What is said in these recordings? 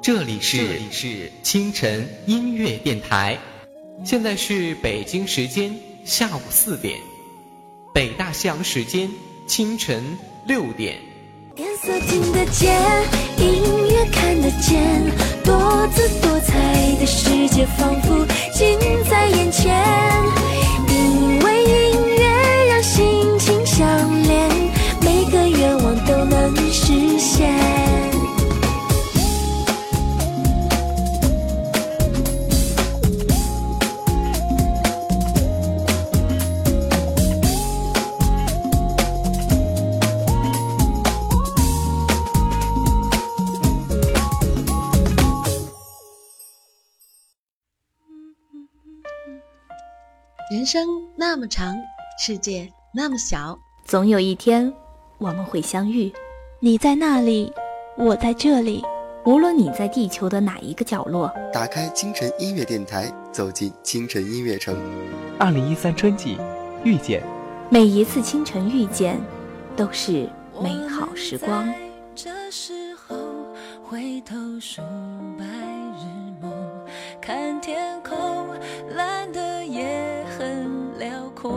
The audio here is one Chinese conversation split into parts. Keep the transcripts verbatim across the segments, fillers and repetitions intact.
这里是清晨音乐电台，现在是北京时间下午四点，北大西洋时间清晨六点。 颜色听得见，音乐看得见，多姿多彩的世界仿佛近在眼前。因为音乐让心情相连，每个愿望都能实现。 人生那么长，世界那么小， 总有一天我们会相遇。 你在那里，我在这里， 无论你在地球的哪一个角落。 打开清晨音乐电台，走进清晨音乐城。 二零一三春季遇见， 每一次清晨遇见都是美好时光。 这时候回头数白日梦，看天空蓝的也很辽阔。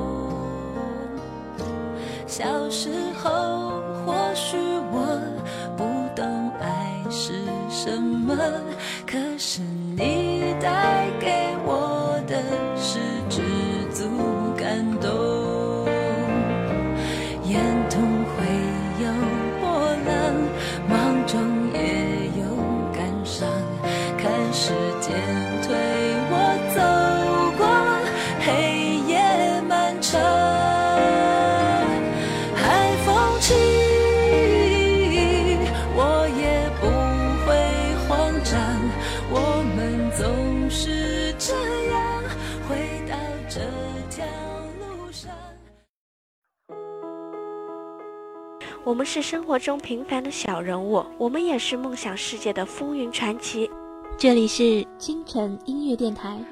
小时候或许我不懂爱是什么，可是你带给我的是知足感动。眼瞳会有波浪，梦中也有感伤，看时间推我走过黑夜漫长。海风起，我也不会慌张，我们总是这样回到这条路上。 我们是生活中平凡的小人物，我们也是梦想世界的风云传奇。 这里是清晨音乐电台。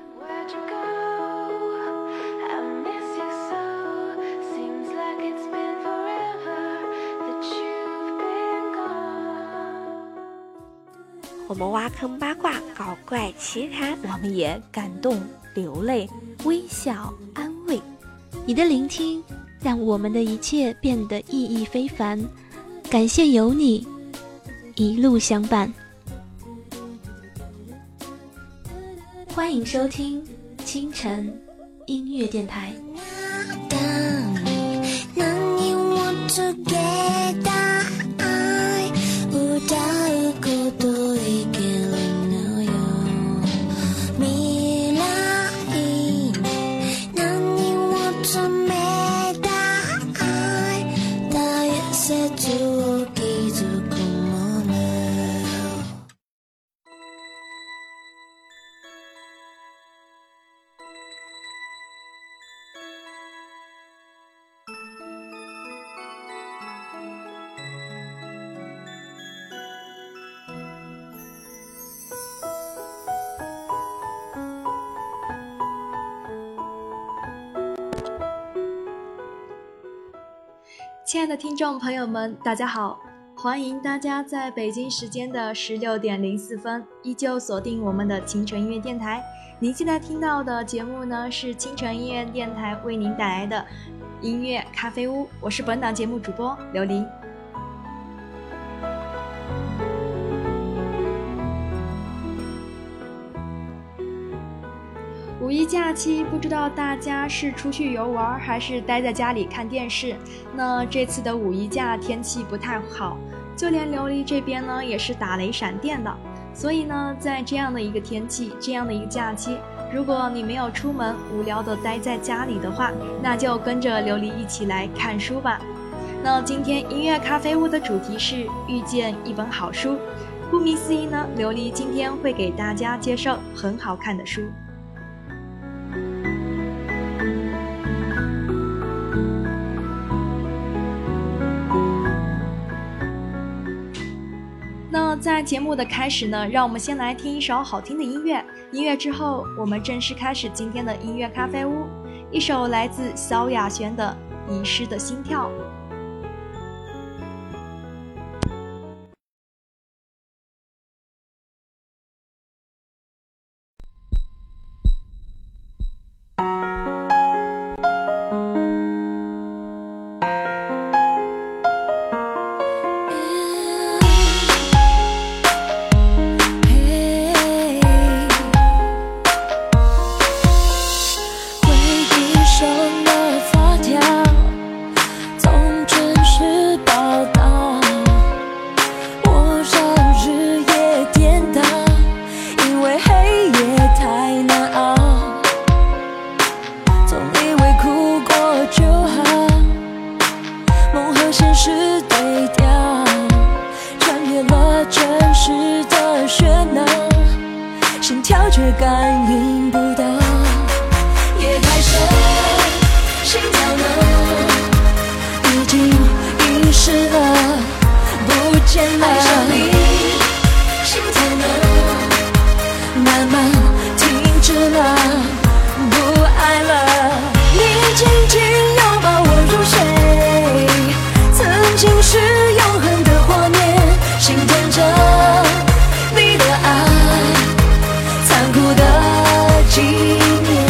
我们挖坑八卦，搞怪奇谈， 我们也感动流泪，微笑安慰。 你的聆听让我们的一切变得意义非凡，感谢有你一路相伴。欢迎收听清晨音乐电台。 亲爱的听众朋友们，大家好，欢迎大家在北京时间的十六点零四分依旧锁定我们的清晨音乐电台。您现在听到的节目呢，是清晨音乐电台为您带来的音乐咖啡屋，我是本档节目主播刘琳。五一假期，不知道大家是出去游玩还是待在家里看电视。那这次的五一假天气不太好，就连琉璃这边呢也是打雷闪电的。所以呢，在这样的一个天气，这样的一个假期，如果你没有出门，无聊的待在家里的话，那就跟着琉璃一起来看书吧。那今天音乐咖啡屋的主题是遇见一本好书。顾名思义呢，琉璃今天会给大家介绍很好看的书。那在节目的开始呢，让我们先来听一首好听的音乐，音乐之后我们正式开始今天的音乐咖啡屋，一首来自萧亚轩的《遗失的心跳》。 却感应不到。夜太深，心跳呢已经遗失了，不见了。爱上你，心跳呢慢慢停止了，不爱了。你紧紧拥抱我入睡，曾经是永恒的画面，心疼着你的爱，残酷的纪念。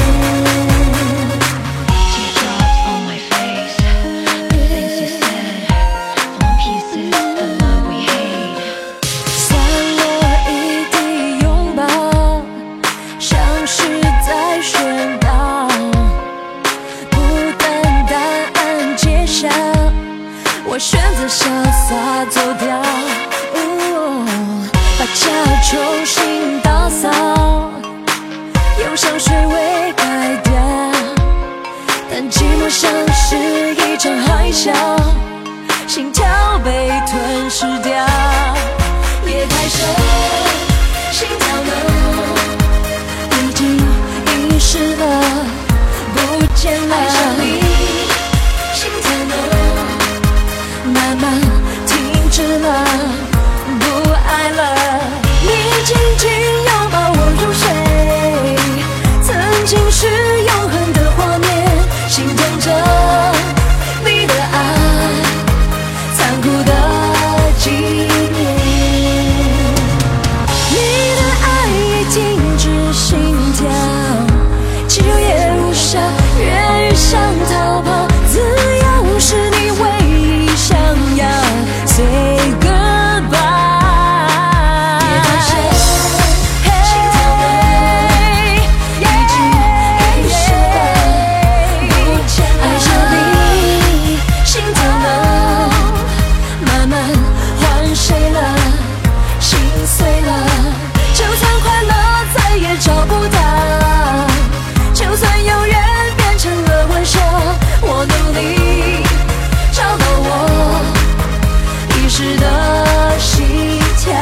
散落一地拥抱，像是在宣告，不等答案揭晓，我选择潇洒走掉。把家重新打扫，用香水味改掉，但寂寞像是一场海啸，心跳被吞噬掉。夜太深，心跳呢已经遗失了，不见了。爱上你，心跳呢慢慢停止了，不爱了。你紧紧拥抱我入睡，曾经是永恒的画面，心疼着你的爱，残酷的纪念。你的爱已停止心跳，气流也无效，越想逃跑，自由是你唯一想要。Say goodbye。找不到，就算永远变成了玩笑，我努力找到我遗失的心跳。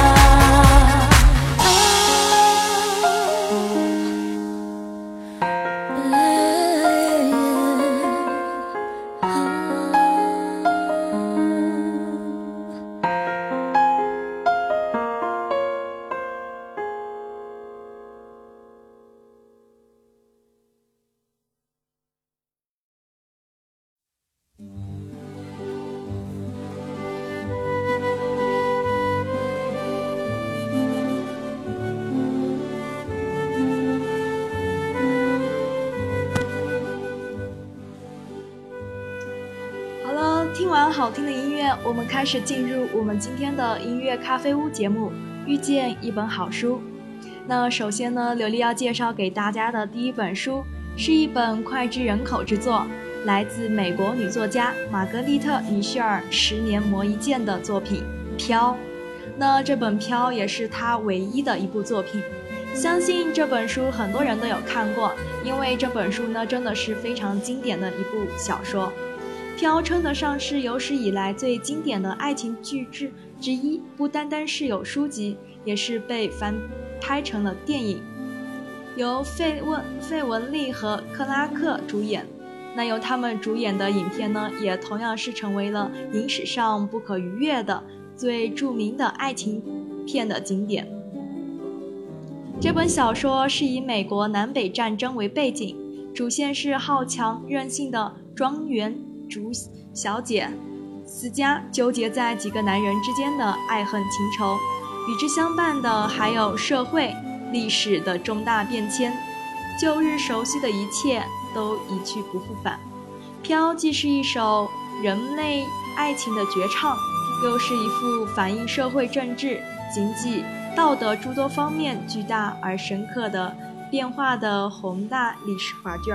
听完好听的音乐，我们开始进入我们今天的音乐咖啡屋节目，遇见一本好书。那首先呢，刘丽要介绍给大家的第一本书是一本脍炙人口之作，来自美国女作家玛格丽特·米歇尔十年磨一剑的作品《飘》。那这本《飘》也是她唯一的一部作品，相信这本书很多人都有看过，因为这本书呢真的是非常经典的一部小说。飘称得上是有史以来最经典的爱情巨制之一，不单单是有书籍，也是被翻拍成了电影，由费文费雯丽和克拉克主演。那由他们主演的影片呢，也同样是成为了影史上不可逾越的最著名的爱情片的经典。这本小说是以美国南北战争为背景，主线是好强任性的庄园竹小姐思佳纠结在几个男人之间的爱恨情仇，与之相伴的还有社会历史的重大变迁，旧日熟悉的一切都一去不复返。飘既是一首人类爱情的绝唱，又是一幅反映社会政治、经济、道德诸多方面巨大而深刻的变化的宏大历史画卷。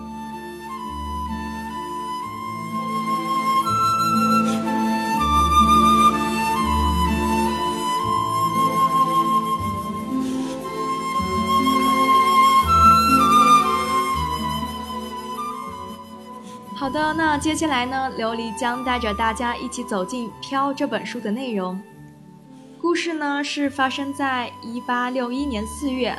好的，那接下来呢，琉璃将带着大家一起走进《飘》这本书的内容。故事呢是发生在一八六一年四月，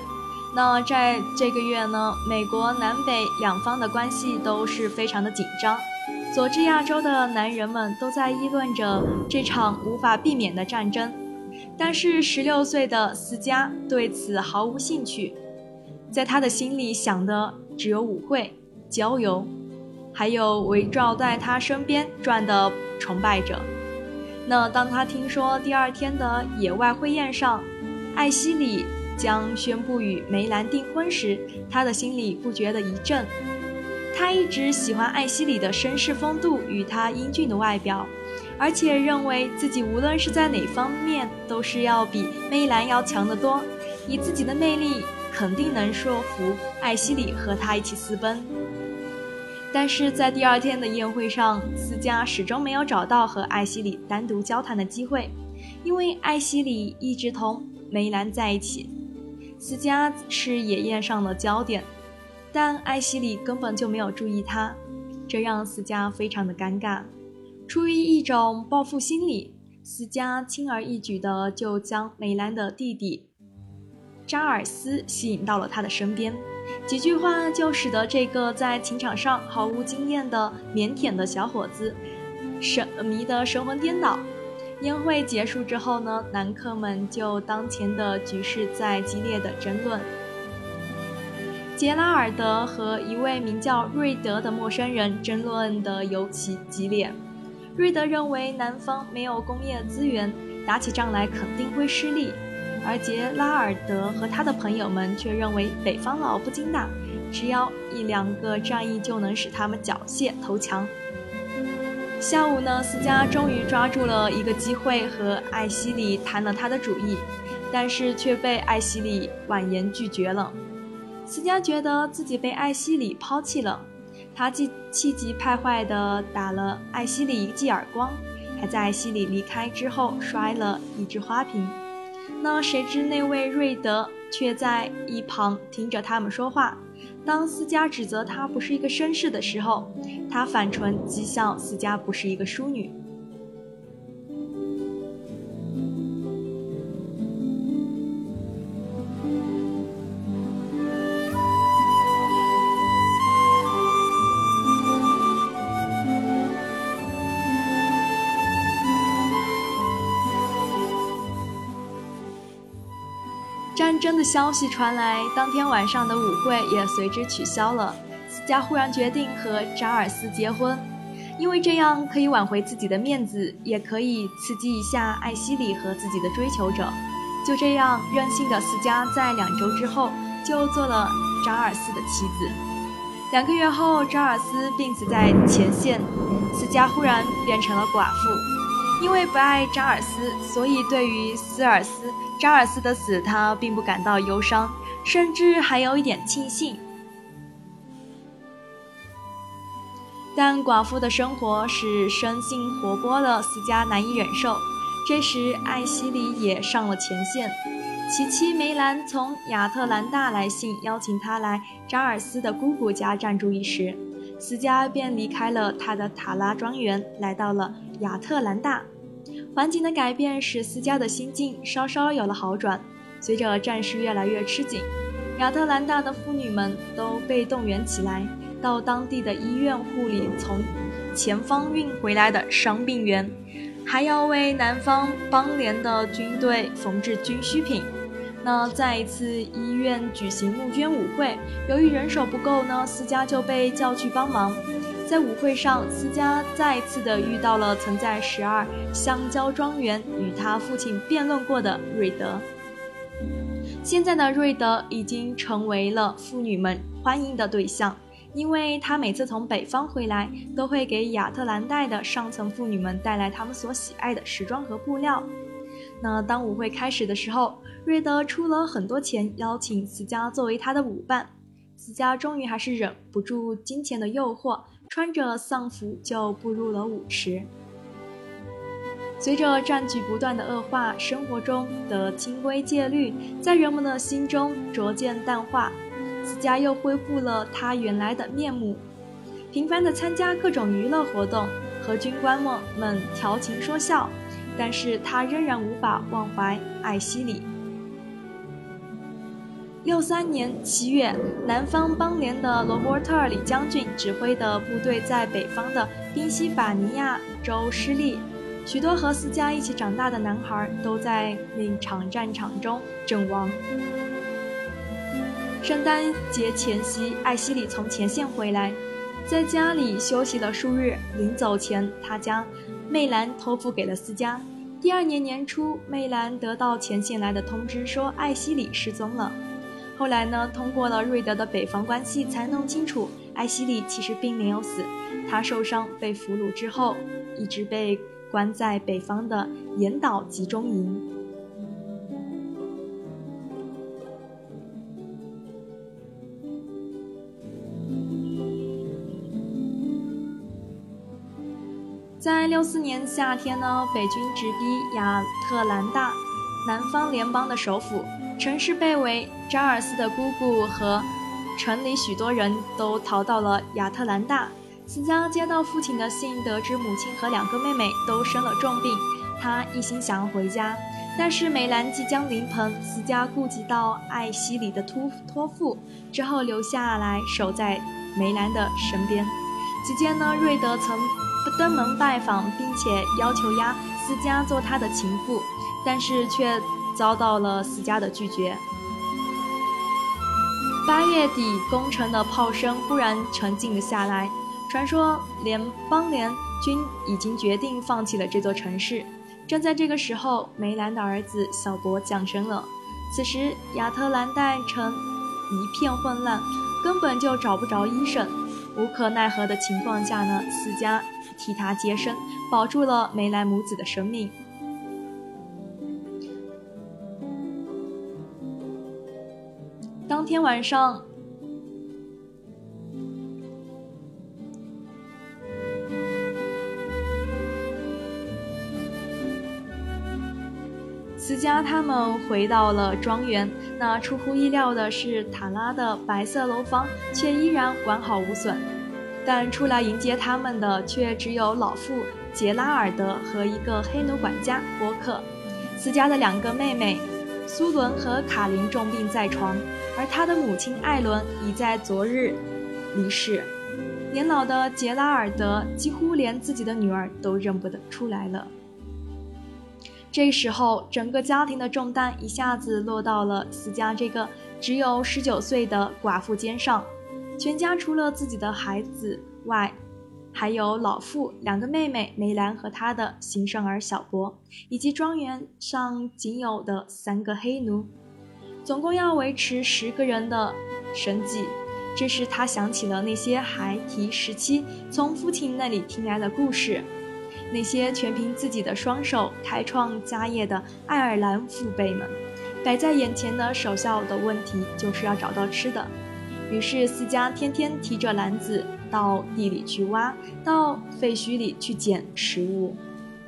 那在这个月呢，美国南北两方的关系都是非常的紧张，佐治亚州的男人们都在议论着这场无法避免的战争，但是十六岁的斯嘉对此毫无兴趣，在他的心里想的只有舞会、郊游，还有围绕在他身边转的崇拜者。那当他听说第二天的野外会宴上，艾希里将宣布与梅兰订婚时，他的心里不觉得一震。他一直喜欢艾希里的绅士风度与她英俊的外表，而且认为自己无论是在哪方面都是要比梅兰要强得多，以自己的魅力肯定能说服艾希里和他一起私奔。但是在第二天的宴会上，斯嘉始终没有找到和艾希里单独交谈的机会，因为艾希里一直同梅兰在一起。斯嘉是野宴上的焦点，但艾希里根本就没有注意他，这让斯嘉非常的尴尬。出于一种报复心理，斯嘉轻而易举地就将梅兰的弟弟扎尔斯吸引到了他的身边，几句话就使得这个在情场上毫无经验的腼腆的小伙子神迷得神魂颠倒。宴会结束之后呢，男客们就当前的局势在激烈的争论。杰拉尔德和一位名叫瑞德的陌生人争论得尤其激烈。瑞德认为南方没有工业资源，打起仗来肯定会失利，而杰拉尔德和他的朋友们却认为北方老不经打，只要一两个战役就能使他们缴械投降。下午呢，斯嘉终于抓住了一个机会和艾希里谈了他的主意，但是却被艾希里婉言拒绝了。斯嘉觉得自己被艾希里抛弃了，他既气急败坏地打了艾希里一记耳光，还在艾希里离开之后摔了一只花瓶。那谁知那位瑞德却在一旁听着他们说话。当斯嘉指责他不是一个绅士的时候，他反唇讥笑斯嘉不是一个淑女。战争的消息传来，当天晚上的舞会也随之取消了。斯嘉忽然决定和扎尔斯结婚，因为这样可以挽回自己的面子，也可以刺激一下艾希里和自己的追求者。就这样，任性的斯嘉在两周之后就做了扎尔斯的妻子。两个月后，扎尔斯病死在前线，斯嘉忽然变成了寡妇。因为不爱扎尔斯，所以对于斯尔斯扎尔斯的死，他并不感到忧伤，甚至还有一点庆幸。但寡妇的生活使生性活泼的斯嘉难以忍受。这时，艾希里也上了前线。其妻梅兰从亚特兰大来信，邀请他来扎尔斯的姑姑家暂住一时。斯嘉便离开了他的塔拉庄园，来到了亚特兰大。环境的改变使斯嘉的心境稍稍有了好转。随着战事越来越吃紧，亚特兰大的妇女们都被动员起来，到当地的医院护理从前方运回来的伤病员，还要为南方邦联的军队缝制军需品。那在一次医院举行募捐舞会，由于人手不够呢，斯嘉就被叫去帮忙。在舞会上，斯嘉再一次的遇到了曾在十二香蕉庄园与他父亲辩论过的瑞德。现在的瑞德已经成为了妇女们欢迎的对象，因为他每次从北方回来，都会给亚特兰大的上层妇女们带来他们所喜爱的时装和布料。那当舞会开始的时候，瑞德出了很多钱邀请斯嘉作为他的舞伴。斯嘉终于还是忍不住金钱的诱惑，穿着丧服就步入了舞池。随着战局不断的恶化，生活中的清规戒律在人们的心中逐渐淡化，斯嘉又恢复了他原来的面目，频繁地参加各种娱乐活动，和军官们们调情说笑，但是他仍然无法忘怀艾希里。 六三年七月，南方邦联的罗伯特·李将军指挥的部队在北方的宾夕法尼亚州失利，许多和斯嘉一起长大的男孩都在那场战场中阵亡。圣诞节前夕，艾希里从前线回来，在家里休息了数日。临走前，他将媚兰托付给了斯嘉。第二年年初，媚兰得到前线来的通知，说艾希里失踪了。后来呢，通过了瑞德的北方关系，才弄清楚艾希里其实并没有死，他受伤被俘虏之后，一直被关在北方的岩岛集中营。在六四年夏天呢，北军直逼亚特兰大，南方联邦的首府，城市被围，查尔斯的姑姑和城里许多人都逃到了亚特兰大。斯嘉接到父亲的信，得知母亲和两个妹妹都生了重病，他一心想要回家，但是梅兰即将临盆，斯嘉顾及到艾希里的托托付，之后留下来守在梅兰的身边。期间呢，瑞德曾登门拜访，并且要求押斯嘉做他的情妇，但是却遭到了斯嘉的拒绝。八月底，攻城的炮声忽然沉静了下来，传说联邦联军已经决定放弃了这座城市。正在这个时候，梅兰的儿子小博降生了。此时亚特兰大城一片混乱，根本就找不着医生。无可奈何的情况下呢，斯嘉替他接生，保住了梅兰母子的生命。当天晚上，斯嘉他们回到了庄园。那出乎意料的是，塔拉的白色楼房却依然完好无损，但出来迎接他们的却只有老妇杰拉尔德和一个黑奴管家波克。斯嘉的两个妹妹苏伦和卡琳重病在床，而他的母亲艾伦已在昨日离世。年老的杰拉尔德几乎连自己的女儿都认不得出来了。这时候，整个家庭的重担一下子落到了斯嘉这个只有十九岁的寡妇肩上。全家除了自己的孩子外，还有老妇、两个妹妹梅兰和她的新生儿小博，以及庄园上仅有的三个黑奴，总共要维持十个人的生计。这时他想起了那些孩提时期从父亲那里听来的故事，那些全凭自己的双手开创家业的爱尔兰父辈们。摆在眼前的首要的问题就是要找到吃的。于是斯嘉天天提着篮子到地里去挖，到废墟里去捡食物。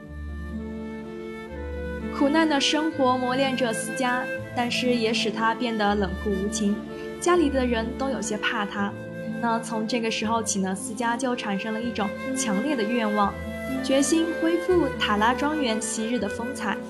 苦难的生活磨练着斯嘉，但是也使他变得冷酷无情，家里的人都有些怕他。那从这个时候起呢，斯嘉就产生了一种强烈的愿望，决心恢复塔拉庄园昔日的风采。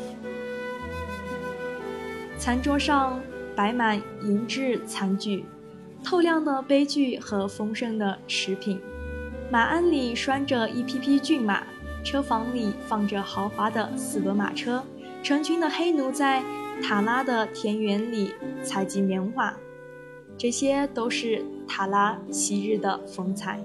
餐桌上摆满银质餐具，透亮的杯具和丰盛的食品，马鞍里拴着一匹匹骏马，车房里放着豪华的四轮马车，成群的黑奴在塔拉的田园里采集棉花，这些都是塔拉昔日的风采。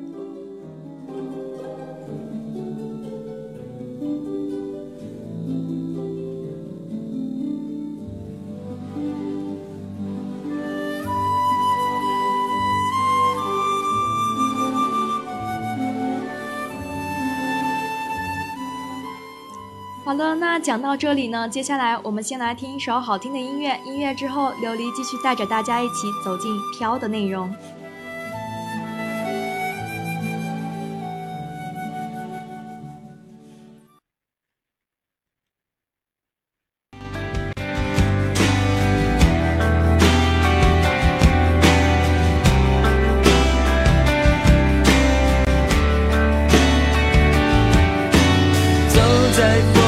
好了，那讲到这里呢，接下来我们先来听一首好听的音乐，音乐之后琉璃继续带着大家一起走进飘的内容。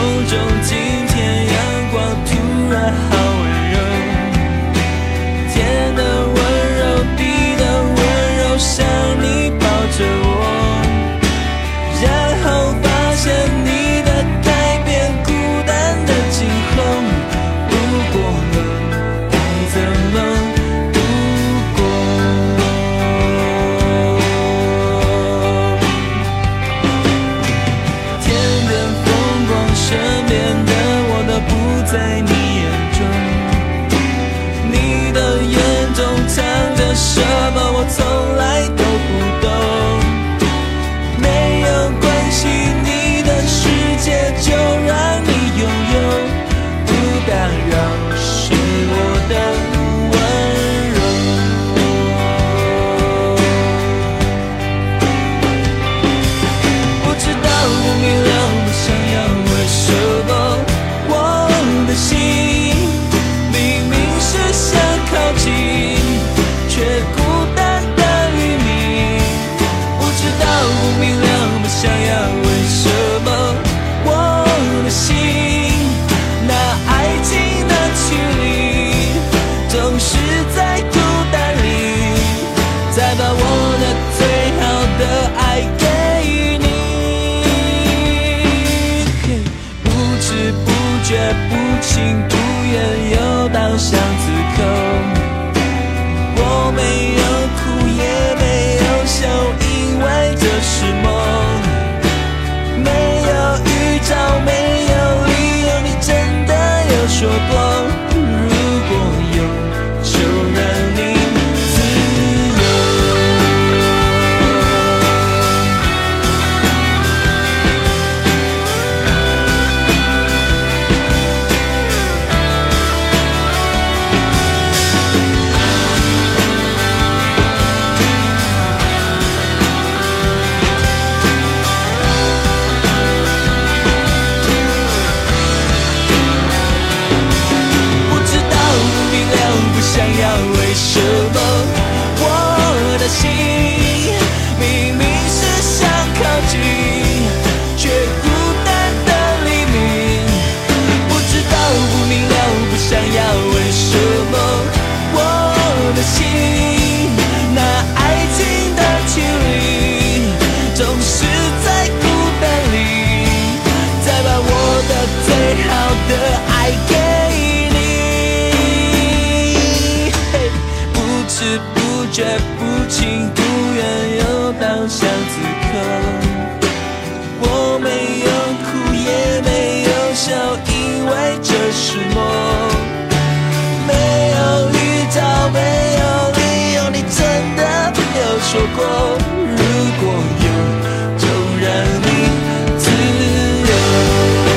今天阳光突然好温柔，天想靠近，却孤单的黎明。不知道不明了不想要，为什么我的心那爱情的距离，总是在孤单里，再把我的最好的爱给你。不知不觉不情不愿又到巷子口，我没有哭也没有笑，因为这是梦。没有预兆没有理由，你真的有说过，如果有就让你自由。想要为什么我的心明明是想靠近，却孤单的黎明。不知道不明了不想要为什么我的心那爱情的距离，总是在孤单里，再把我的最好的爱给不知不觉不情不愿又到巷子口，我没有哭也没有笑，因为这是梦。没有预兆没有理由，你真的有说过，如果有就让你自由。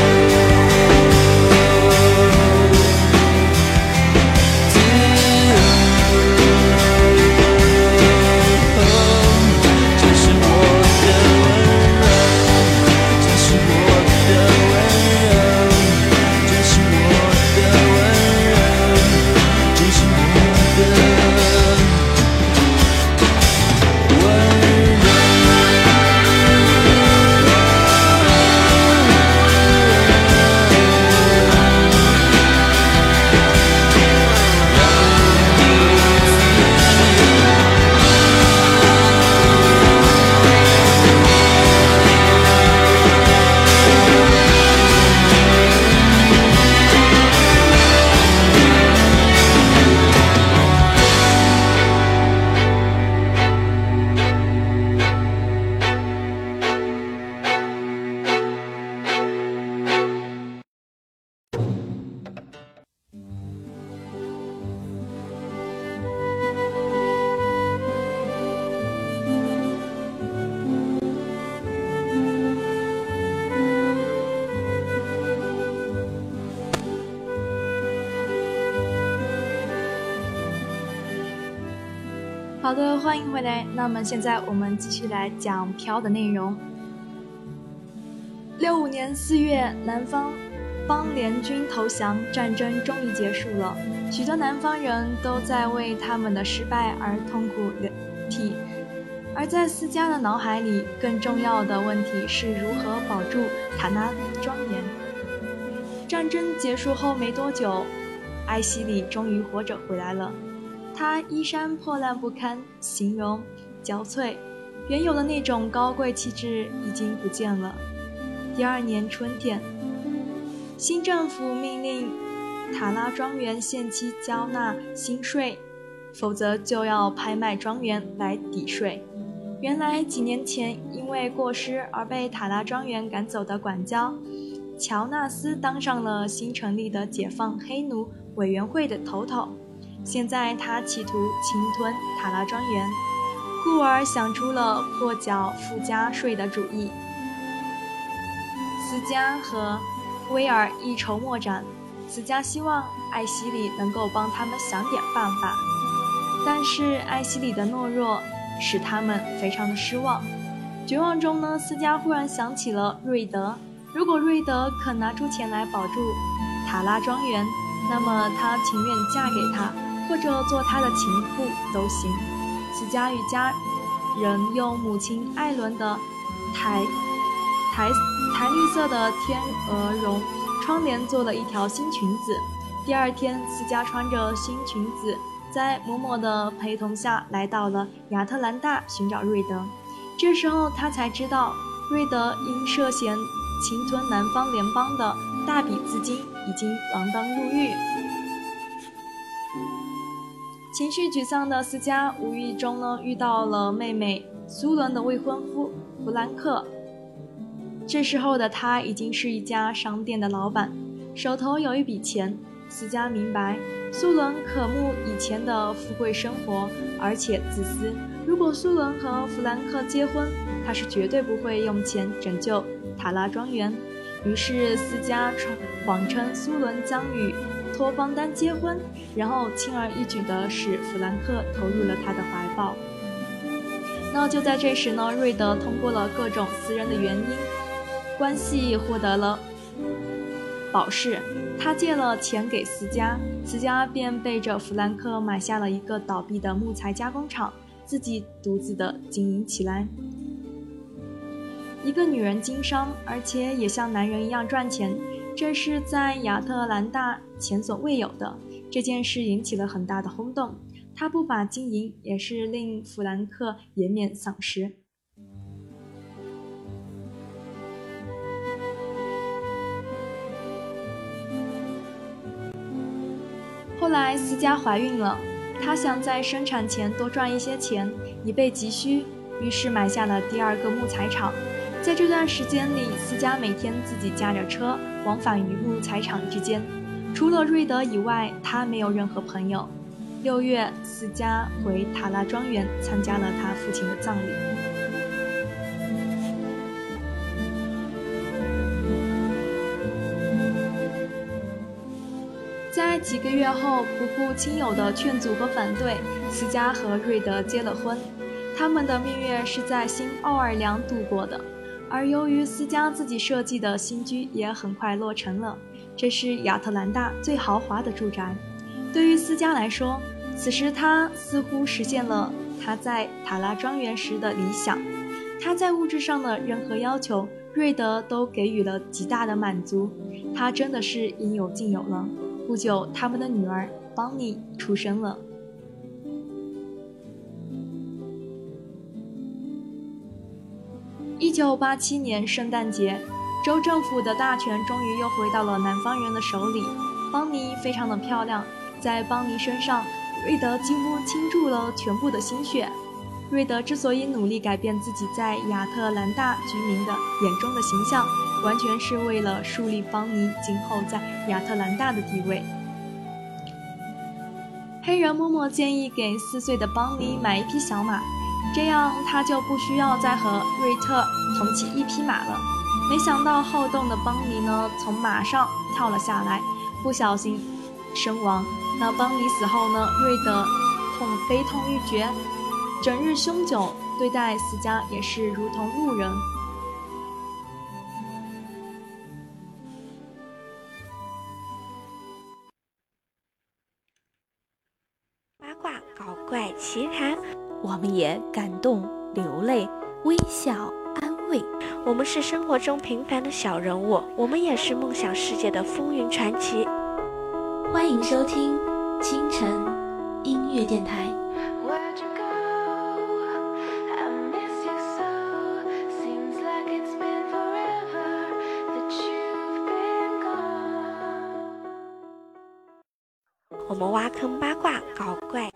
好的，欢迎回来。那么现在我们继续来讲飘的内容。六五年四月，南方邦联军投降，战争终于结束了。许多南方人都在为他们的失败而痛哭流涕，而在思嘉的脑海里，更重要的问题是如何保住塔纳庄园。战争结束后没多久，艾希里终于活着回来了。他衣衫破烂不堪，形容憔悴，原有的那种高贵气质已经不见了。第二年春天，新政府命令塔拉庄园限期交纳新税，否则就要拍卖庄园来抵税。原来几年前因为过失而被塔拉庄园赶走的管教乔纳斯当上了新成立的解放黑奴委员会的头头。现在他企图侵吞塔拉庄园，故而想出了破缴附加税的主意。斯嘉和威尔一筹莫展，斯嘉希望艾希里能够帮他们想点办法，但是艾希里的懦弱使他们非常的失望。绝望中呢，斯嘉忽然想起了瑞德，如果瑞德肯拿出钱来保住塔拉庄园， 那么他情愿嫁给他，或者做他的情妇都行。思嘉与家人用母亲艾伦的苔苔苔绿色的天鹅绒窗帘做了一条新裙子。第二天，思嘉穿着新裙子，在嬷嬷的陪同下来到了亚特兰大寻找瑞德。这时候他才知道，瑞德因涉嫌侵吞南方联邦的大笔资金已经锒铛入狱。情绪沮丧的思嘉无意中呢遇到了妹妹苏伦的未婚夫弗兰克。这时候的他已经是一家商店的老板，手头有一笔钱。思嘉明白，苏伦渴慕以前的富贵生活，而且自私。如果苏伦和弗兰克结婚，他是绝对不会用钱拯救塔拉庄园。于是思嘉谎称苏伦将与托邦丹结婚，然后轻而易举地使弗兰克投入了他的怀抱。那就在这时呢，瑞德通过了各种私人的原因关系获得了保释。他借了钱给思嘉，思嘉便背着弗兰克买下了一个倒闭的木材加工厂，自己独自的经营起来。一个女人经商，而且也像男人一样赚钱，这是在亚特兰大前所未有的。这件事引起了很大的轰动，他不法经营也是令弗兰克颜面丧失。后来思嘉怀孕了，她想在生产前多赚一些钱，以备急需，于是买下了第二个木材厂。在这段时间里，思嘉每天自己驾着车往返于木材厂之间，除了瑞德以外，他没有任何朋友。六月，思嘉回塔拉庄园参加了他父亲的葬礼。在几个月后，不顾亲友的劝阻和反对，思嘉和瑞德结了婚。他们的蜜月是在新奥尔良度过的，而由于思嘉自己设计的新居也很快落成了，这是亚特兰大最豪华的住宅。对于思嘉来说，此时他似乎实现了他在塔拉庄园时的理想。他在物质上的任何要求，瑞德都给予了极大的满足，他真的是应有尽有了。不久，他们的女儿邦妮出生了。一九八七年圣诞节，州政府的大权终于又回到了南方人的手里。邦妮非常的漂亮，在邦妮身上，瑞德几乎倾注了全部的心血。瑞德之所以努力改变自己在亚特兰大居民的眼中的形象，完全是为了树立邦妮今后在亚特兰大的地位。黑人嬷嬷建议给四岁的邦妮买一匹小马，这样他就不需要再和瑞特同骑一匹马了。没想到好动的邦妮呢，从马上跳了下来，不小心身亡。那邦妮死后呢，瑞德痛悲痛欲绝，整日酗酒，对待思嘉也是如同路人。 八卦、搞怪、奇谈， 我们也感动、流泪、微笑、安慰。 我们是生活中平凡的小人物，我们也是梦想世界的风云传奇。 欢迎收听清晨音乐电台。 我们挖坑八卦搞怪。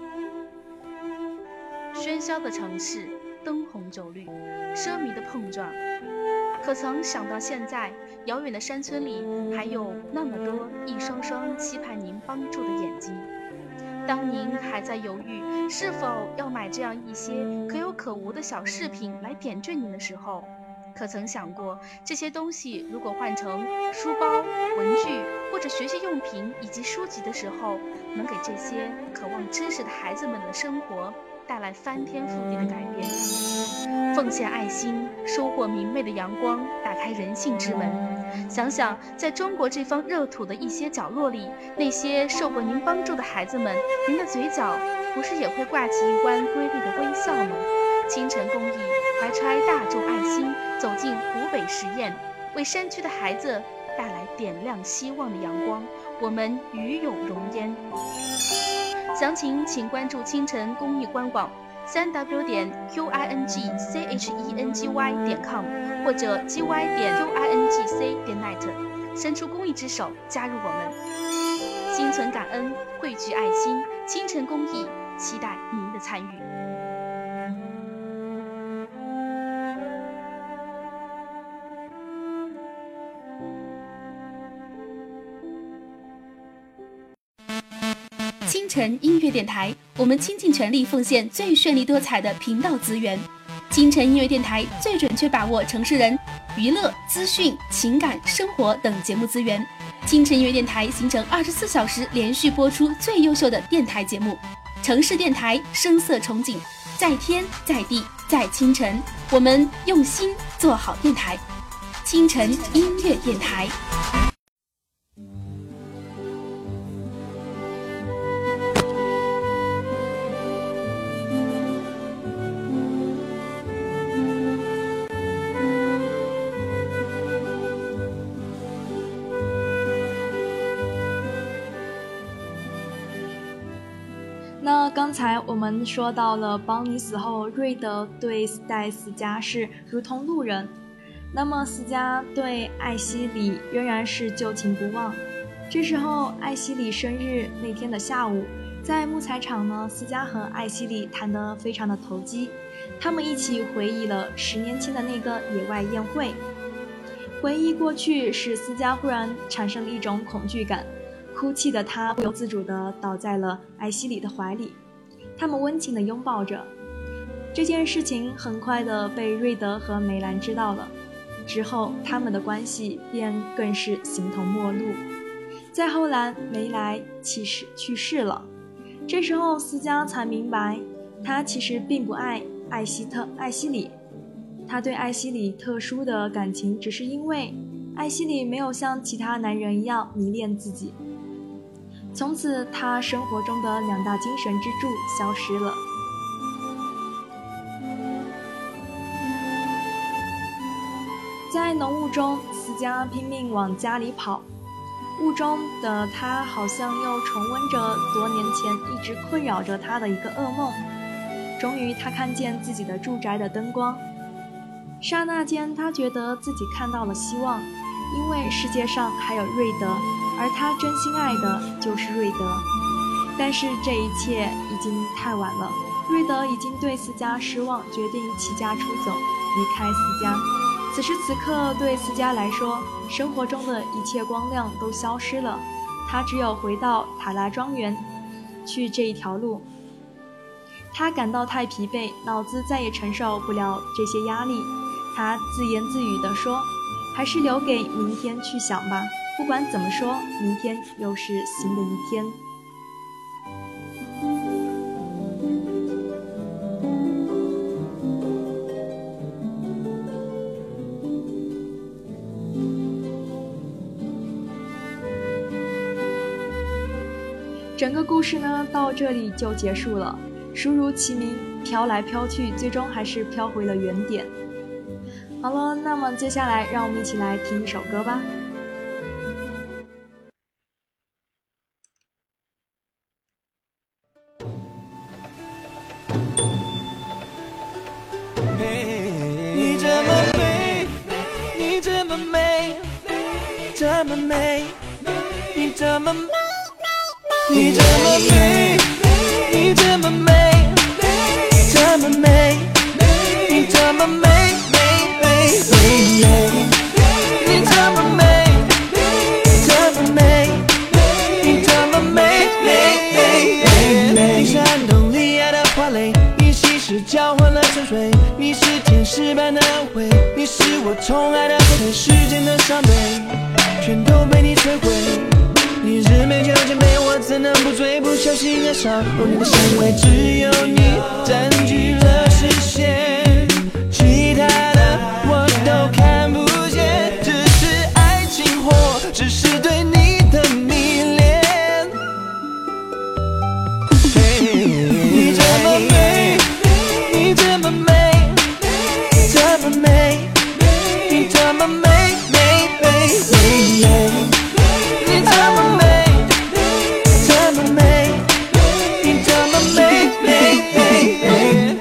喧嚣的城市，灯红酒绿，奢靡的碰撞。可曾想到现在，遥远的山村里还有那么多一双双期盼您帮助的眼睛。当您还在犹豫是否要买这样一些可有可无的小饰品来点缀您的时候，可曾想过，这些东西如果换成书包、文具或者学习用品以及书籍的时候，能给这些渴望知识的孩子们的生活带来翻天覆地的改变。奉献爱心，收获明媚的阳光，打开人性之门。想想在中国这方热土的一些角落里，那些受过您帮助的孩子们，您的嘴角不是也会挂起一弯瑰丽的微笑吗？清晨公益怀揣大众爱心走进湖北十堰，为山区的孩子带来点亮希望的阳光，我们与有荣焉。详情请关注清晨公益官网三 w 点 q i n g c h e n g y 点 com 或者 g y 点 q i n g c 点 net， 伸出公益之手，加入我们，心存感恩，汇聚爱心，清晨公益，期待您的参与。清晨音乐电台，我们倾尽全力奉献最绚丽多彩的频道资源。清晨音乐电台最准确把握城市人娱乐、资讯、情感、生活等节目资源。清晨音乐电台形成二十四小时连续播出最优秀的电台节目。城市电台，声色憧憬，在天在地在清晨，我们用心做好电台。清晨音乐电台。 那刚才我们说到了邦尼死后，瑞德对待斯嘉是如同路人，那么斯嘉对艾希里仍然是旧情不忘。这时候艾希里生日那天的下午，在木材厂呢，斯嘉和艾希里谈得非常的投机，他们一起回忆了十年前的那个野外宴会。回忆过去，使斯嘉忽然产生了一种恐惧感，哭泣的他不由自主地倒在了艾希里的怀里，他们温情地拥抱着。这件事情很快地被瑞德和梅兰知道了，之后他们的关系便更是形同陌路。再后来，梅莱去世去世了，这时候斯嘉才明白，他其实并不爱艾希特艾希里，他对艾希里特殊的感情只是因为艾希里没有像其他男人一样迷恋自己。从此他生活中的两大精神支柱消失了。在浓雾中，斯嘉拼命往家里跑，雾中的他好像又重温着多年前一直困扰着他的一个噩梦。终于他看见自己的住宅的灯光，刹那间他觉得自己看到了希望，因为世界上还有瑞德，而他真心爱的就是瑞德。但是这一切已经太晚了，瑞德已经对斯嘉失望，决定弃家出走，离开斯嘉。此时此刻，对斯嘉来说，生活中的一切光亮都消失了，他只有回到塔拉庄园去这一条路。他感到太疲惫，脑子再也承受不了这些压力，他自言自语地说，还是留给明天去想吧，不管怎么说，明天又是新的一天。整个故事呢，到这里就结束了。书如其名，飘来飘去，最终还是飘回了原点。好了，那么接下来让我们一起来听一首歌吧。 你这么美，你这么美，这么美，你这么美，你这么美，你这么美，这么美，你这么美，美美美美，你这么美，这么美，你这么美，美美美美。你是寒冬里爱的花蕾，你稀释交换了沉睡，你是天使般的安慰，你是我宠爱的后退，时间的伤悲全都被你摧毁。你日美酒千杯，我怎能不醉？不小心的爱上，哦，你的香味只有你占据了视线，其他的我都看不见，只是爱情或只是对你的迷恋。你这么美，你这么美，这么美，你这么美美美美美，你这么美，这么美，你这么美美美美。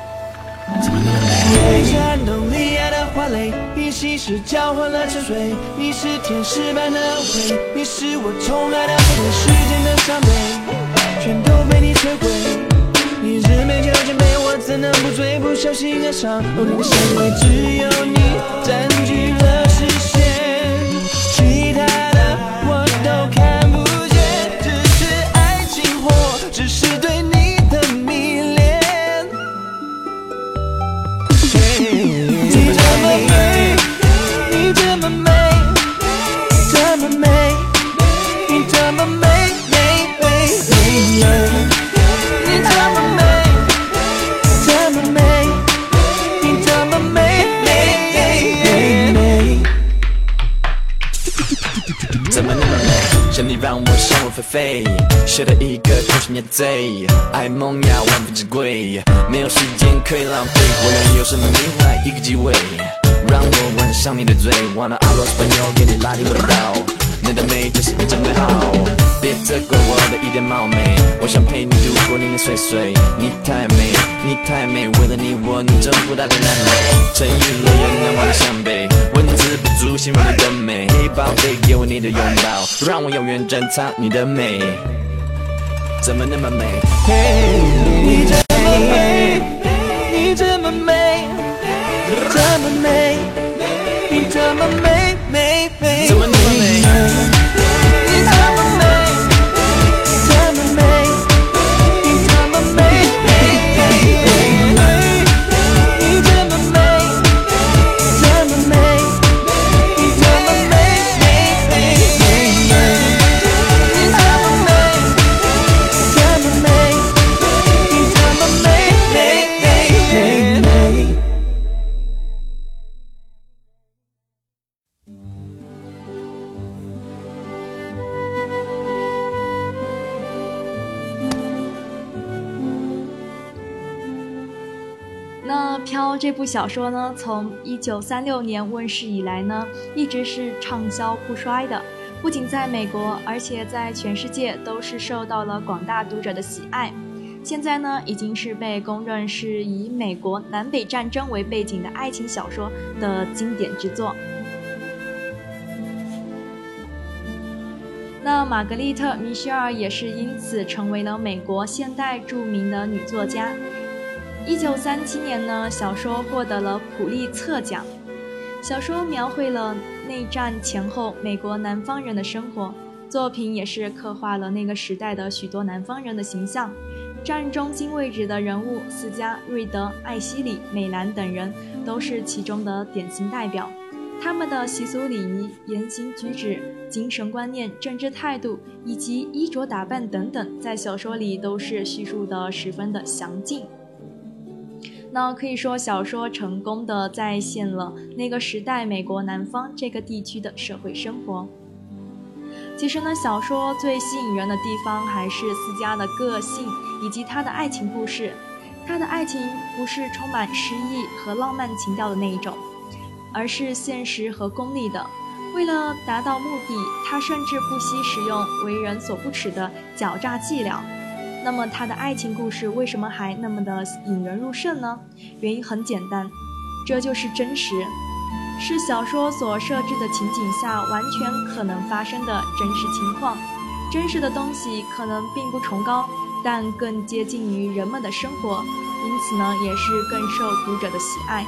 你是寒冬里爱的花蕾，一稀释交换了沉睡，你是天使般的美，你是我宠爱的风，时间的伤悲全都被你摧毁。你日美酒千杯，我怎能不醉？不小心爱上，哦，你的香味只有你占据了视线，其他的我都看不见，只是爱情或只是对你的迷恋。你这么美，你这么美，这么美，你这么美美美美美，你这么美，这么美，你这么美美美美。怎么那么美？想你让我想入非非，写了一个同心也贼，爱梦呀万分之贵，没有时间可以浪费，我能有什么名怀一个机会，让我吻上你的嘴，忘了阿罗斯朋友给你拉低我的刀，你的美真是一真美好，别责怪我的一点冒昧，我想陪你度过年年岁岁，你太美，你太美，为了你我能征服大的南美，沉鱼落雁难忘的湘北，文字不足形容你的美，嘿宝贝给我你的拥抱，让我永远珍藏你的美，怎么那么美？嘿，你这么美，你这么美，这么美，你这么美美美，怎么那么美？你这么美，这么美，你这么美美美美，你这么美，这么美，你这么美美美美美，你这么美，这么美，你这么美美美美美。 那《飘》这部小说呢，从一九三六年问世以来呢，一直是畅销不衰的。不仅在美国，而且在全世界都是受到了广大读者的喜爱。现在呢，已经是被公认是以美国南北战争为背景的爱情小说的经典之作。那玛格丽特·米歇尔也是因此成为了美国现代著名的女作家。一九三七年呢，小说获得了普利策奖。小说描绘了内战前后美国南方人的生活，作品也是刻画了那个时代的许多南方人的形象。占中心位置的人物斯嘉、瑞德、艾希里、美兰等人都是其中的典型代表。他们的习俗礼仪、言行举止、精神观念、政治态度以及衣着打扮等等，在小说里都是叙述的十分的详尽。那可以说，小说成功地再现了那个时代美国南方这个地区的社会生活。其实呢，小说最吸引人的地方还是斯嘉的个性以及他的爱情故事。他的爱情不是充满诗意和浪漫情调的那一种，而是现实和功利的。为了达到目的，他甚至不惜使用为人所不齿的狡诈伎俩。那么他的爱情故事为什么还那么的引人入胜呢？原因很简单，这就是真实，是小说所设置的情景下完全可能发生的真实情况。真实的东西可能并不崇高，但更接近于人们的生活，因此呢，也是更受读者的喜爱。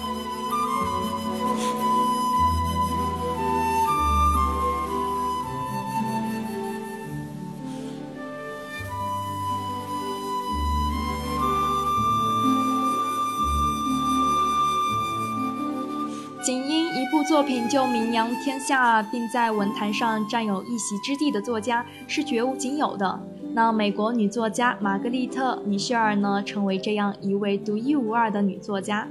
仅因一部作品就名扬天下，并在文坛上占有一席之地的作家是绝无仅有的。 那美国女作家玛格丽特·米歇尔呢，成为这样一位独一无二的女作家。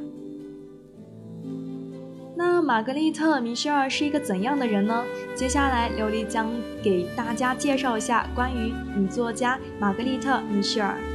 那玛格丽特·米歇尔是一个怎样的人呢？接下来琉璃将给大家介绍一下关于女作家玛格丽特·米歇尔。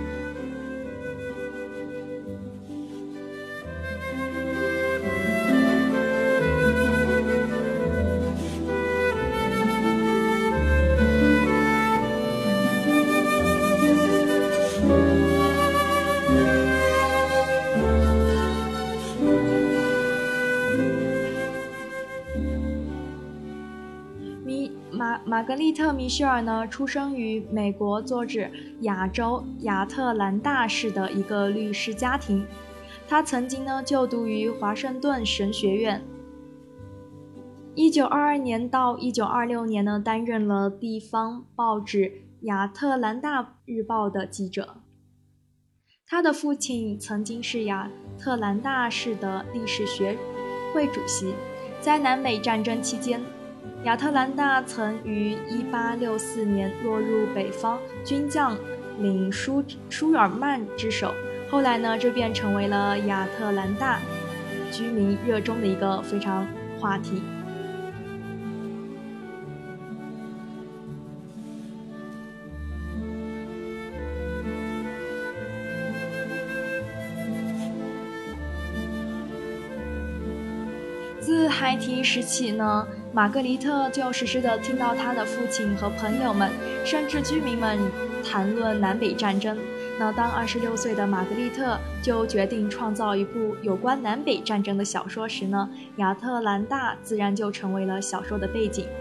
玛格丽特·米歇尔呢，出生于美国佐治亚州亚特兰大市的一个律师家庭。他曾经呢就读于华盛顿神学院。一九二二年到一九二六年呢，担任了地方报纸亚特兰大日报的记者。他的父亲曾经是亚特兰大市的历史学会主席。在南北战争期间，亚特兰大曾于一八六四年落入北方军将领舒舒尔曼之手，后来呢，这便成为了亚特兰大居民热衷的一个非常话题。自孩提时起呢，玛格丽特就时时地听到他的父亲和朋友们，甚至居民们谈论南北战争。那当二十六岁的玛格丽特就决定创造一部有关南北战争的小说时呢，亚特兰大自然就成为了小说的背景。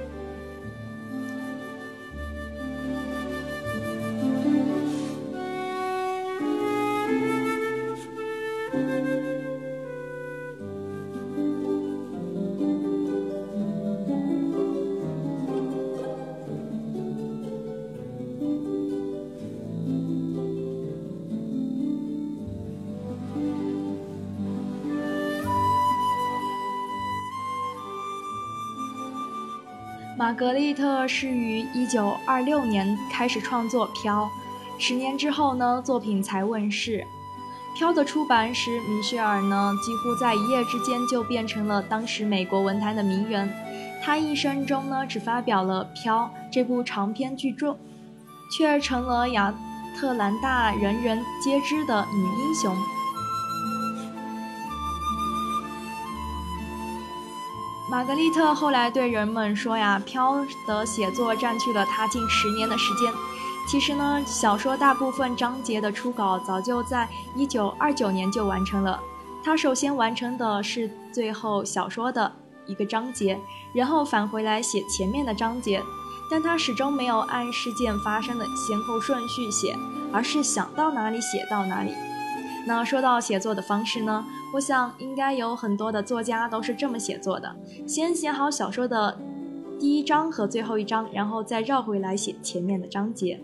玛格丽特是于一九二六年开始创作《飘》，十年之后呢，作品才问世。《飘》的出版时，米歇尔呢几乎在一夜之间就变成了当时美国文坛的名人。他一生中呢只发表了《飘》这部长篇巨著，却成了亚特兰大人人皆知的女英雄。玛格丽特后来对人们说呀，飘的写作占据了她近十年的时间。其实呢，小说大部分章节的初稿早就在一九二九年就完成了。她首先完成的是最后小说的一个章节，然后返回来写前面的章节，但她始终没有按事件发生的先后顺序写，而是想到哪里写到哪里。那说到写作的方式呢，我想应该有很多的作家都是这么写作的，先写好小说的第一章和最后一章，然后再绕回来写前面的章节。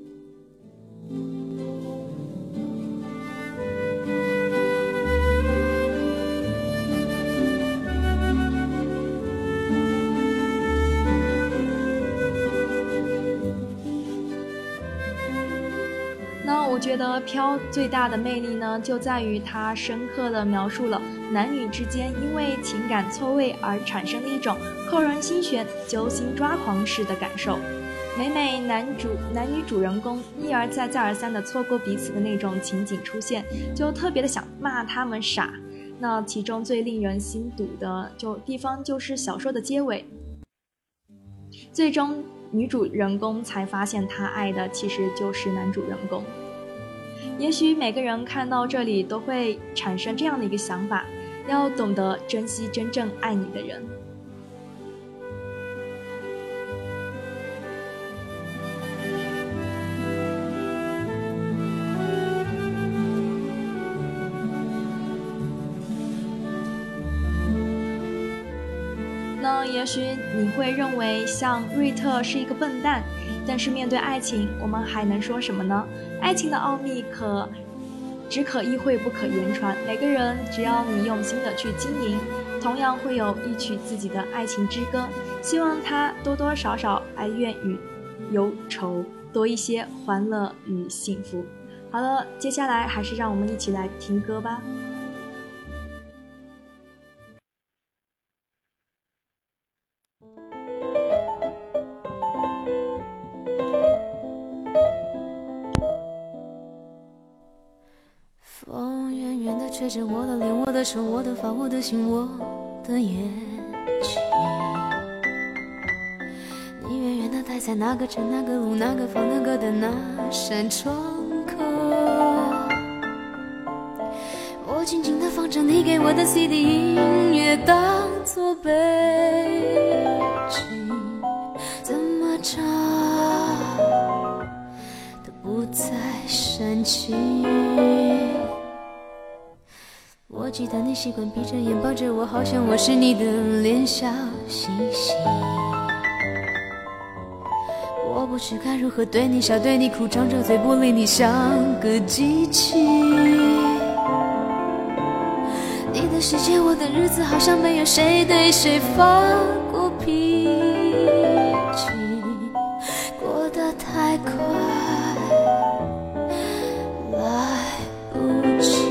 我觉得《飘》最大的魅力呢，就在于它深刻地描述了男女之间因为情感错位而产生的一种扣人心弦、揪心抓狂式的感受。每每男主男女主人公一而再再而三地错过彼此的那种情景出现，就特别的想骂他们傻。那其中最令人心堵的就地方就是小说的结尾，最终女主人公才发现她爱的其实就是男主人公。也许每个人看到这里都会产生这样的一个想法，要懂得珍惜真正爱你的人。那也许你会认为像瑞特是一个笨蛋，但是面对爱情，我们还能说什么呢？爱情的奥秘可只可意会不可言传，每个人只要你用心的去经营，同样会有一曲自己的爱情之歌。希望他多多少少哀怨与忧愁多一些欢乐与幸福。好了，接下来还是让我们一起来听歌吧。 风远远地吹着我的脸，我的手，我的发，我的心，我的眼睛。你远远地待在那个城，那个路，那个房，那个的那扇窗口。我静静地放着你给我的 C D 音乐，当作背景，怎么唱都不再煽情。我记得你习惯闭着眼抱着我，好像我是你的脸小星星。我不知该如何对你笑对你哭，张着嘴不理你，像个机器。你的世界我的日子，好像没有谁对谁发过脾气，过得太快来不及。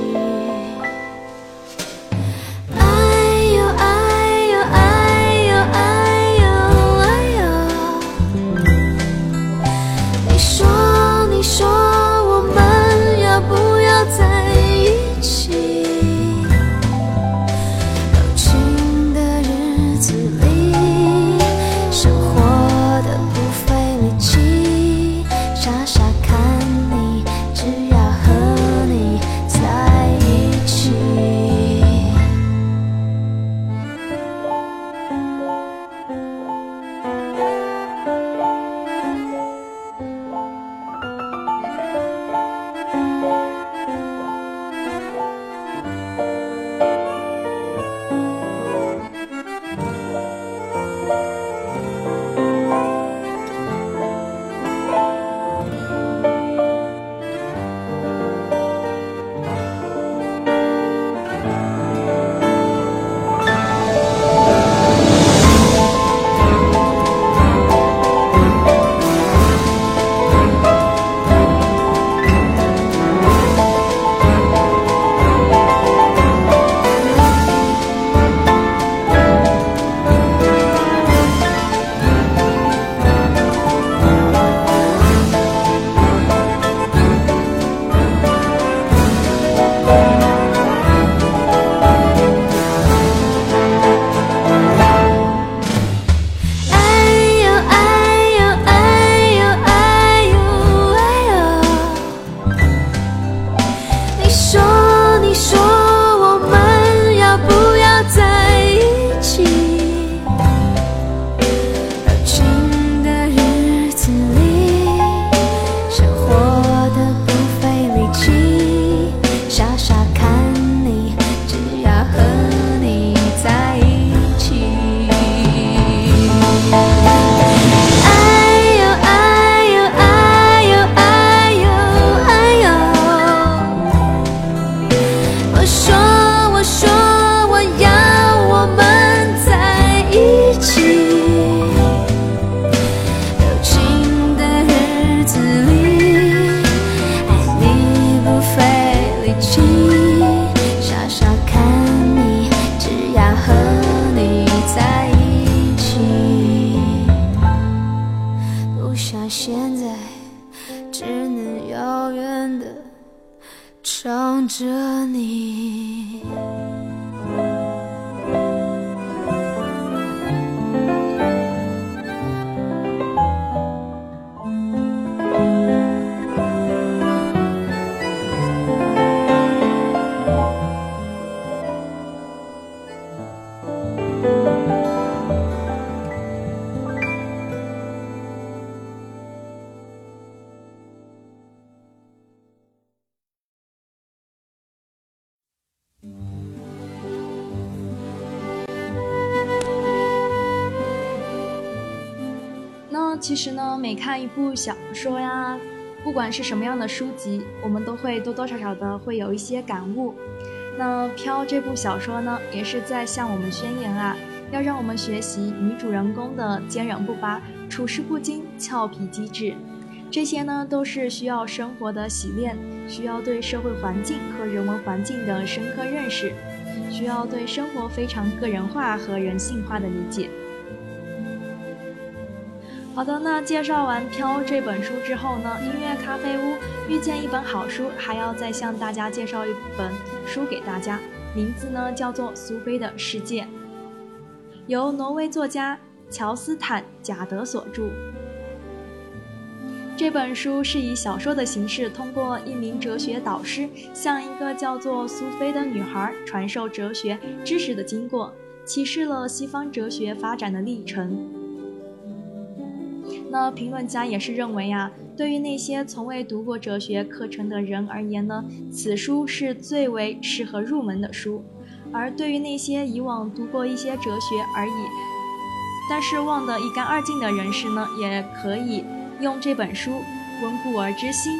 唱着你。 其实呢，每看一部小说呀，不管是什么样的书籍，我们都会多多少少的会有一些感悟。那《飘》这部小说呢，也是在向我们宣言啊，要让我们学习女主人公的坚韧不拔、处事不惊、俏皮机智。 这些呢都是需要生活的洗练，需要对社会环境和人文环境的深刻认识，需要对生活非常个人化和人性化的理解。好的，那介绍完《飘》这本书之后呢，音乐咖啡屋遇见一本好书，还要再向大家介绍一本书给大家，名字呢叫做《苏菲的世界》，由挪威作家乔斯坦·贾德所著。这本书是以小说的形式，通过一名哲学导师向一个叫做苏菲的女孩传授哲学知识的经过，启示了西方哲学发展的历程。那评论家也是认为啊，对于那些从未读过哲学课程的人而言呢，此书是最为适合入门的书；而对于那些以往读过一些哲学而已，但是忘得一干二净的人士呢，也可以用这本书温故而知新。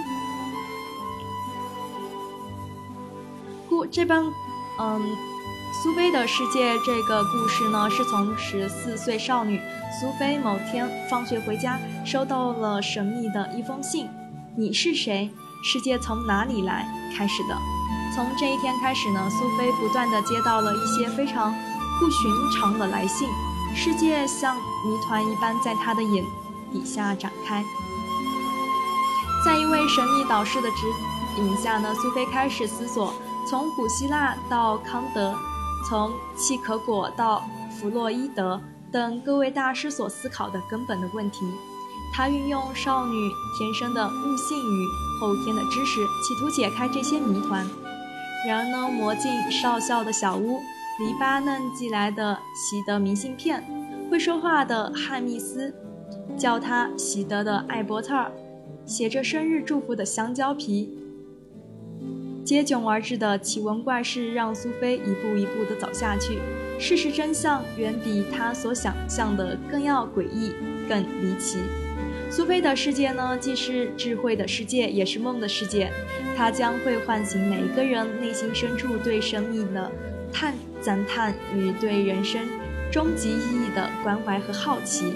故这本嗯苏菲的世界这个故事呢，是从十四岁少女苏菲某天放学回家，收到了神秘的一封信，你是谁？世界从哪里来？开始的。从这一天开始呢，苏菲不断地接到了一些非常不寻常的来信，世界像谜团一般在她的眼底下展开。在一位神秘导师的指引下呢，苏菲开始思索从古希腊到康德，从契可果到弗洛伊德等各位大师所思考的根本的问题。他运用少女天生的悟性与后天的知识，企图解开这些谜团。然而呢，魔镜少校的小屋，黎巴嫩寄来的习得明信片，会说话的汉密斯，叫他习得的艾伯特尔，写着生日祝福的香蕉皮，接踵而至的奇闻怪事让苏菲一步一步地走下去。事实真相远比她所想象的更要诡异，更离奇。苏菲的世界呢，既是智慧的世界，也是梦的世界。它将会唤醒每一个人内心深处对生命的叹赞叹与对人生终极意义的关怀和好奇。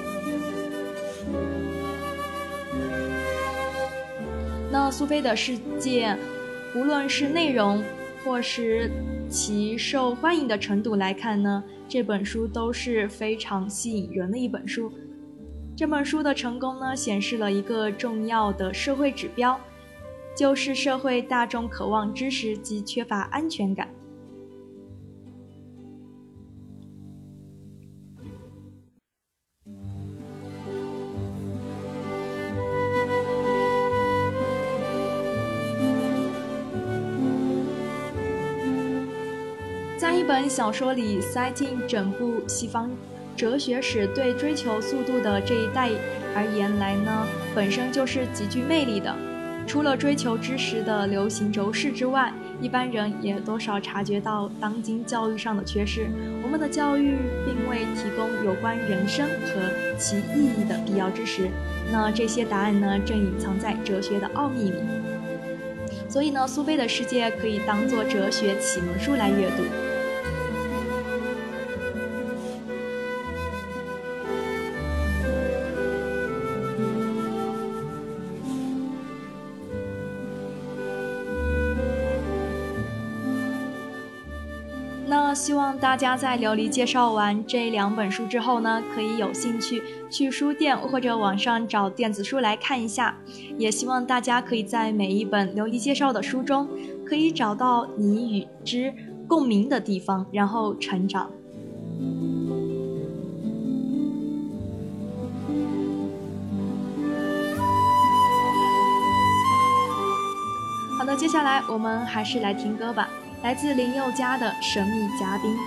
那苏菲的世界，无论是内容或是其受欢迎的程度来看呢，这本书都是非常吸引人的一本书。这本书的成功呢，显示了一个重要的社会指标，就是社会大众渴望知识及缺乏安全感。在一本小说里塞进整部西方哲学史，对追求速度的这一代而言来呢，本身就是极具魅力的。除了追求知识的流行轴势之外，一般人也多少察觉到当今教育上的缺失。我们的教育并未提供有关人生和其意义的必要知识，那这些答案呢，正隐藏在哲学的奥秘里。所以呢，苏菲的世界可以当作哲学启蒙书来阅读。那希望大家在琉璃介绍完这两本书之后呢，可以有兴趣去书店或者网上找电子书来看一下。也希望大家可以在每一本琉璃介绍的书中，可以找到你与之共鸣的地方，然后成长。好的，接下来我们还是来听歌吧。来自林宥嘉的《神秘嘉宾》。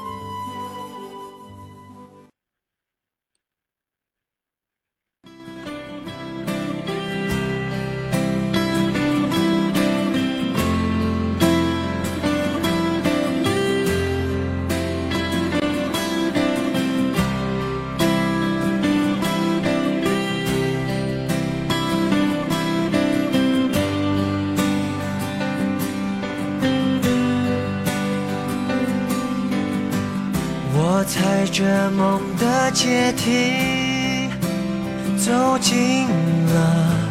踩着梦的阶梯，走进了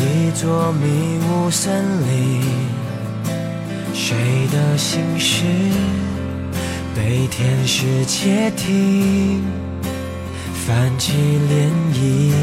一座迷雾森林，谁的心事被天使窃听，泛起涟漪。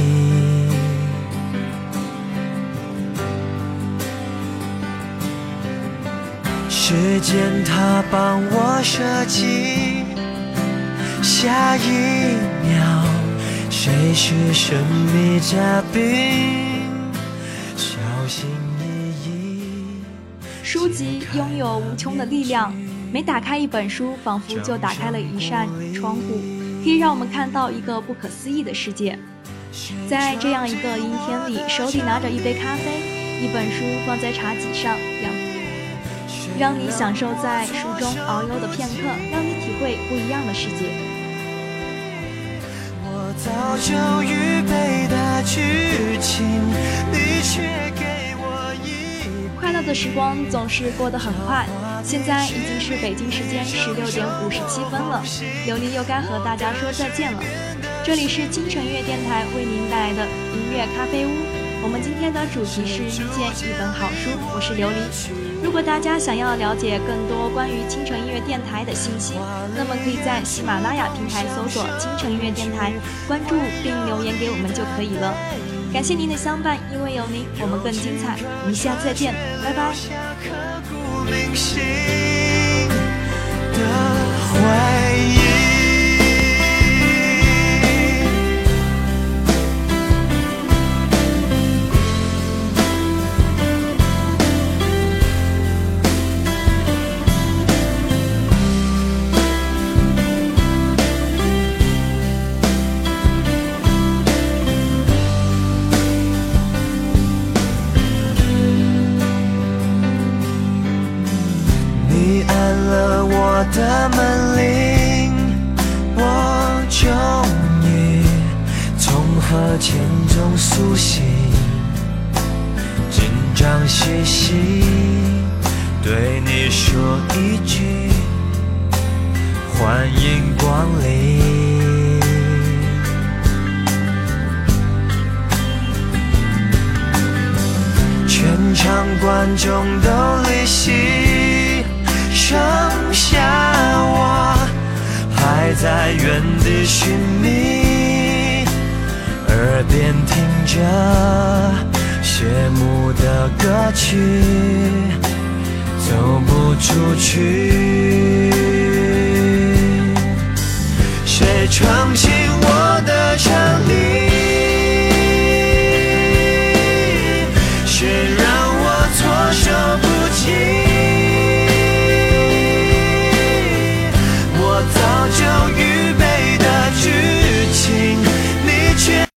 时间它帮我设计，下一秒谁是神秘嘉宾，小心翼翼。 书籍拥有无穷的力量，每打开一本书，仿佛就打开了一扇窗户，可以让我们看到一个不可思议的世界。在这样一个阴天里，手里拿着一杯咖啡，一本书放在茶几上，让让你享受在书中遨游的片刻，让你体会不一样的世界。 我早就预备的剧情，你却给我一快乐的时光总是过得很快，现在已经是北京时间十六点五十七分了，琉璃又该和大家说再见了。这里是清晨乐电台为您带来的音乐咖啡屋，我们今天的主题是遇见一本好书，我是琉璃。如果大家想要了解更多关于清晨音乐电台的信息，那么可以在喜马拉雅平台搜索清晨音乐电台，关注并留言给我们就可以了。感谢您的相伴，因为有您我们更精彩，我们下次再见，拜拜。 我的门铃，我终于从河潜中苏醒，紧张兮兮对你说一句欢迎光临。全场观众都离席，剩下我还在原地寻觅，耳边听着谢幕的歌曲，走不出去。